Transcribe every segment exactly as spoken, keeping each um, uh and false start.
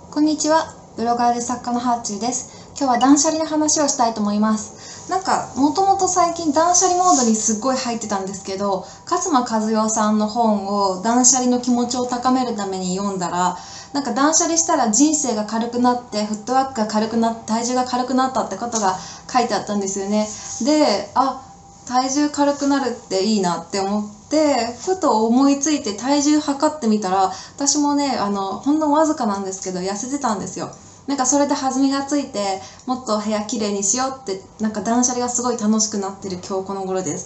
こんにちは、ブロガーで作家のハーチューです。今日は断捨離の話をしたいと思います。なんか、もともと最近断捨離モードにすっごい入ってたんですけど、勝間和代さんの本を断捨離の気持ちを高めるために読んだら、なんか断捨離したら人生が軽くなって、フットワークが軽くなって、体重が軽くなったってことが書いてあったんですよね。で、あ、体重軽くなるっていいなって思って、ふと思いついて体重測ってみたら、私もね、あの、ほんのわずかなんですけど、痩せてたんですよ。なんかそれで弾みがついて、もっと部屋きれいにしようって、なんか断捨離がすごい楽しくなってる今日この頃です。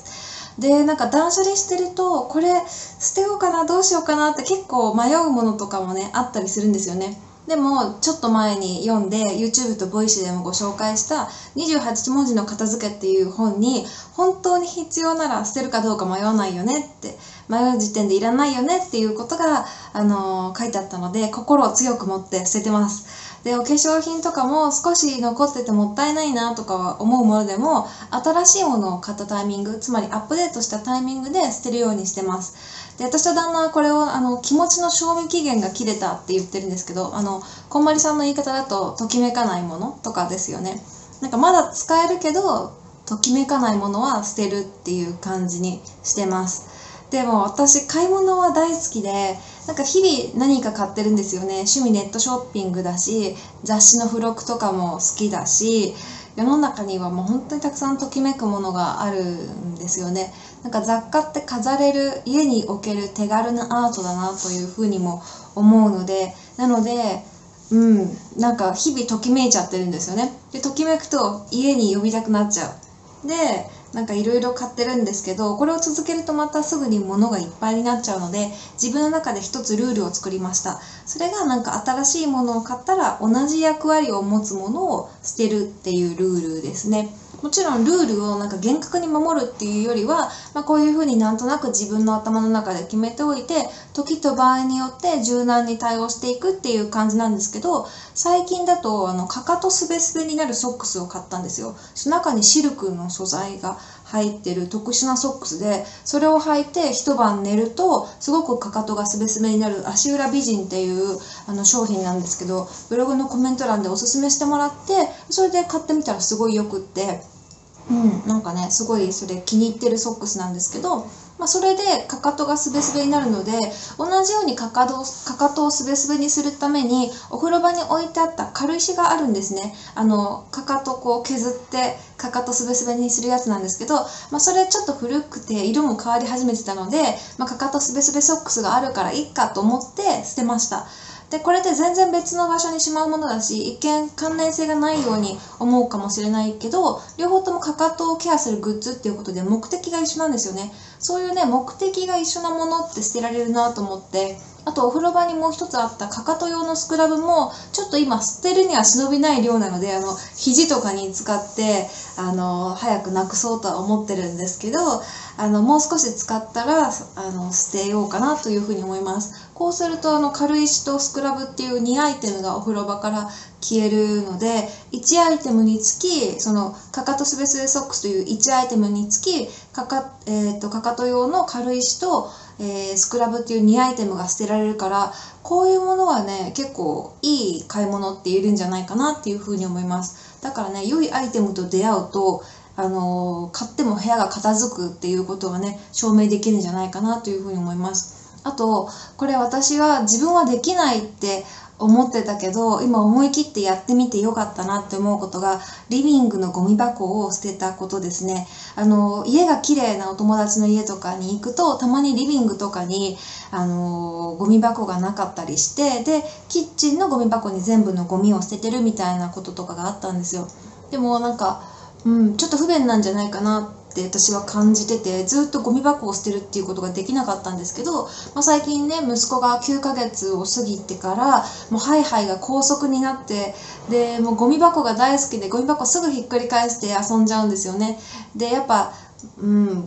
で、なんか断捨離してると、これ捨てようかな、どうしようかなって結構迷うものとかもね、あったりするんですよね。でも、ちょっと前に読んで、YouTube と ボイシー でもご紹介したにじゅうはちもじの片付けっていう本に、本当に必要なら捨てるかどうか迷わないよねって、迷う時点でいらないよねっていうことが、あのー、書いてあったので、心を強く持って捨ててます。で、お化粧品とかも少し残っててもったいないなとか思うものでも、新しいものを買ったタイミング、つまりアップデートしたタイミングで捨てるようにしてます。で、私と旦那はこれをあの気持ちの賞味期限が切れたって言ってるんですけど、あのこんまりさんの言い方だとときめかないものとかですよね。なんかまだ使えるけどときめかないものは捨てるっていう感じにしてます。でも私買い物は大好きで、なんか日々何か買ってるんですよね。趣味ネットショッピングだし、雑誌の付録とかも好きだし、世の中にはもう本当にたくさんときめくものがあるんですよね。なんか雑貨って飾れる、家に置ける手軽なアートだなというふうにも思うので、なので、うん、なんか日々ときめいちゃってるんですよね。で、ときめくと家に呼びたくなっちゃう。で、なんかいろいろ買ってるんですけど、これを続けるとまたすぐに物がいっぱいになっちゃうので、自分の中で一つルールを作りました。それがなんか新しいものを買ったら同じ役割を持つものを捨てるっていうルールですね。もちろんルールをなんか厳格に守るっていうよりは、まあ、こういうふうになんとなく自分の頭の中で決めておいて、時と場合によって柔軟に対応していくっていう感じなんですけど、最近だとあのかかとすべすべになるソックスを買ったんですよ。その中にシルクの素材が入ってる特殊なソックスで、それを履いて一晩寝るとすごくかかとがすべすべになる足裏美人っていうあの商品なんですけど、ブログのコメント欄でおすすめしてもらって、それで買ってみたらすごいよくって、うん、なんかね、すごいそれ気に入ってるソックスなんですけど、まあ、それでかかとがすべすべになるので、同じようにかかとかかとをすべすべにするためにお風呂場に置いてあった軽石があるんですね。あのかかとこう削ってかかとすべすべにするやつなんですけど、まあ、それちょっと古くて色も変わり始めてたので、まあ、かかとすべすべソックスがあるからいいかと思って捨てました。で、これで全然別の場所にしまうものだし、一見関連性がないように思うかもしれないけど、両方ともかかとをケアするグッズっていうことで目的が一緒なんですよね。そういうね、目的が一緒なものって捨てられるなと思って、あとお風呂場にもう一つあったかかと用のスクラブも、ちょっと今捨てるには忍びない量なので、あの、肘とかに使って、あの、早くなくそうとは思ってるんですけど、あの、もう少し使ったら、あの、捨てようかなというふうに思います。こうすると、あの、軽石とスクラブっていうにアイテムがお風呂場から消えるので、いちアイテムにつき、その、かかとすべすべソックスといういちアイテムにつき、かか、えっと、かかと用の軽石と、えー、スクラブっていうにアイテムが捨てられるから、こういうものはね、結構いい買い物って言えるんじゃないかなっていうふうに思います。だからね、良いアイテムと出会うと、あのー、買っても部屋が片付くっていうことがね、証明できるんじゃないかなというふうに思います。あと、これ私は自分はできないって思ってたけど、今思い切ってやってみてよかったなって思うことが、リビングのゴミ箱を捨てたことですね。あの、家が綺麗なお友達の家とかに行くと、たまにリビングとかに、あの、ゴミ箱がなかったりして、で、キッチンのゴミ箱に全部のゴミを捨ててるみたいなこととかがあったんですよ。でもなんか、うん、ちょっと不便なんじゃないかなって私は感じてて、ずっとゴミ箱を捨てるっていうことができなかったんですけど、まあ、最近ね、息子がきゅうかげつを過ぎてから、もうハイハイが高速になって、で、もうゴミ箱が大好きで、ゴミ箱すぐひっくり返して遊んじゃうんですよね。で、やっぱ、うん、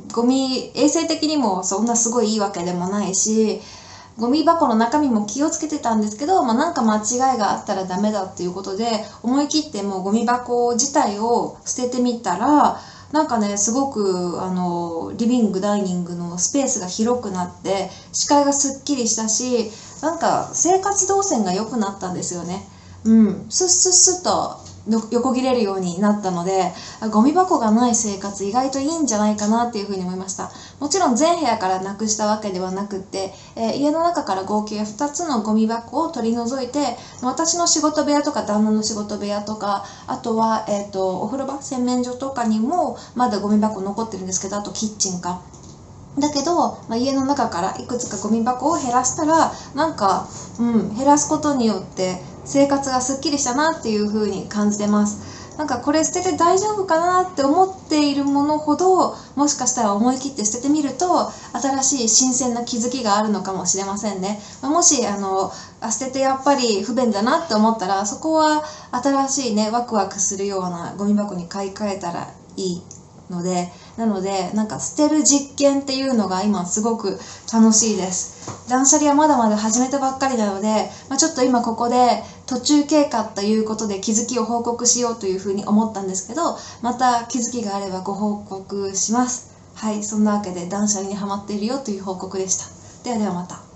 ゴミ、衛生的にもそんなすごいいいわけでもないし、ゴミ箱の中身も気をつけてたんですけど、まあ、なんか間違いがあったらダメだっていうことで、思い切ってもうゴミ箱自体を捨ててみたら、なんかね、すごく、あの、リビング、ダイニングのスペースが広くなって、視界がすっきりしたし、なんか生活動線が良くなったんですよね。 うん、スッスッスッと横切れるようになったので、ゴミ箱がない生活意外といいんじゃないかなっていうふうに思いました。もちろん全部屋からなくしたわけではなくって、えー、家の中から合計ふたつのゴミ箱を取り除いて、私の仕事部屋とか旦那の仕事部屋とか、あとは、えーと、お風呂場洗面所とかにもまだゴミ箱残ってるんですけど、あとキッチンか。だけど、まあ、家の中からいくつかゴミ箱を減らしたら、なんか、うん、減らすことによって生活がすっきりしたなっていう風に感じてます。なんかこれ捨てて大丈夫かなって思っているものほど、もしかしたら思い切って捨ててみると新しい新鮮な気づきがあるのかもしれませんね。もしあの捨ててやっぱり不便だなって思ったら、そこは新しいねワクワクするようなゴミ箱に買い替えたらいいので、なのでなんか捨てる実験っていうのが今すごく楽しいです。断捨離はまだまだ始めたばっかりなので、まあ、ちょっと今ここで途中経過ということで気づきを報告しようというふうに思ったんですけど、また気づきがあればご報告します。はい、そんなわけで断捨離にハマっているよという報告でした。ではではまた。